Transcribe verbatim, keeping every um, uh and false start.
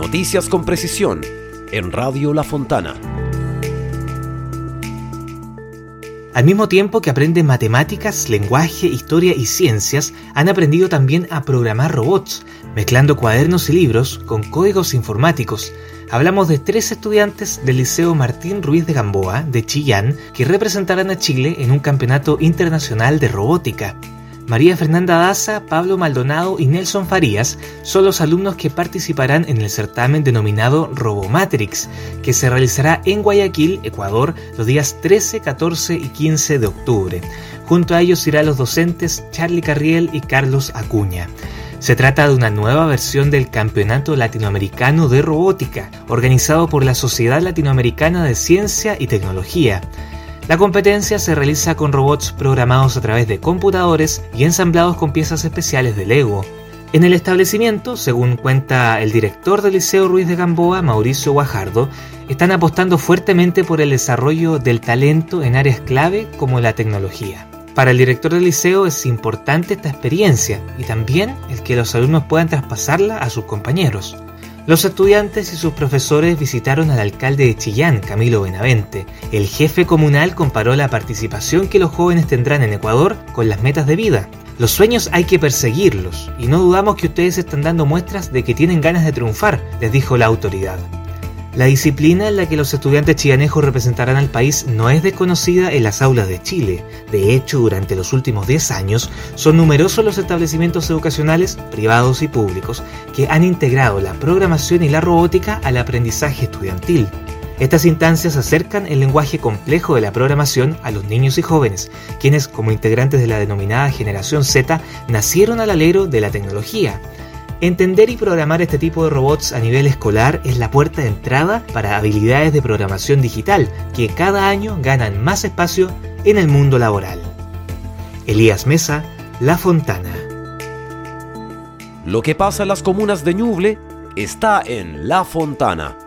Noticias con precisión en Radio La Fontana. Al mismo tiempo que aprenden matemáticas, lenguaje, historia y ciencias, han aprendido también a programar robots, mezclando cuadernos y libros con códigos informáticos. Hablamos de tres estudiantes del Liceo Martín Ruiz de Gamboa, de Chillán, que representarán a Chile en un campeonato internacional de robótica. María Fernanda Daza, Pablo Maldonado y Nelson Farías son los alumnos que participarán en el certamen denominado RoboMatrix, que se realizará en Guayaquil, Ecuador, los días trece, catorce y quince de octubre. Junto a ellos irán los docentes Charly Carriel y Carlos Acuña. Se trata de una nueva versión del Campeonato Latinoamericano de Robótica, organizado por la Sociedad Latinoamericana de Ciencia y Tecnología. La competencia se realiza con robots programados a través de computadores y ensamblados con piezas especiales de Lego. En el establecimiento, según cuenta el director del Liceo Ruiz de Gamboa, Mauricio Guajardo, están apostando fuertemente por el desarrollo del talento en áreas clave como la tecnología. Para el director del liceo es importante esta experiencia y también el que los alumnos puedan traspasarla a sus compañeros. Los estudiantes y sus profesores visitaron al alcalde de Chillán, Camilo Benavente. El jefe comunal comparó la participación que los jóvenes tendrán en Ecuador con las metas de vida. Los sueños hay que perseguirlos y no dudamos que ustedes están dando muestras de que tienen ganas de triunfar, les dijo la autoridad. La disciplina en la que los estudiantes chillanejos representarán al país no es desconocida en las aulas de Chile. De hecho, durante los últimos diez años, son numerosos los establecimientos educacionales, privados y públicos, que han integrado la programación y la robótica al aprendizaje estudiantil. Estas instancias acercan el lenguaje complejo de la programación a los niños y jóvenes, quienes, como integrantes de la denominada Generación Z, nacieron al alero de la tecnología. Entender y programar este tipo de robots a nivel escolar es la puerta de entrada para habilidades de programación digital que cada año ganan más espacio en el mundo laboral. Elías Mesa, La Fontana. Lo que pasa en las comunas de Ñuble está en La Fontana.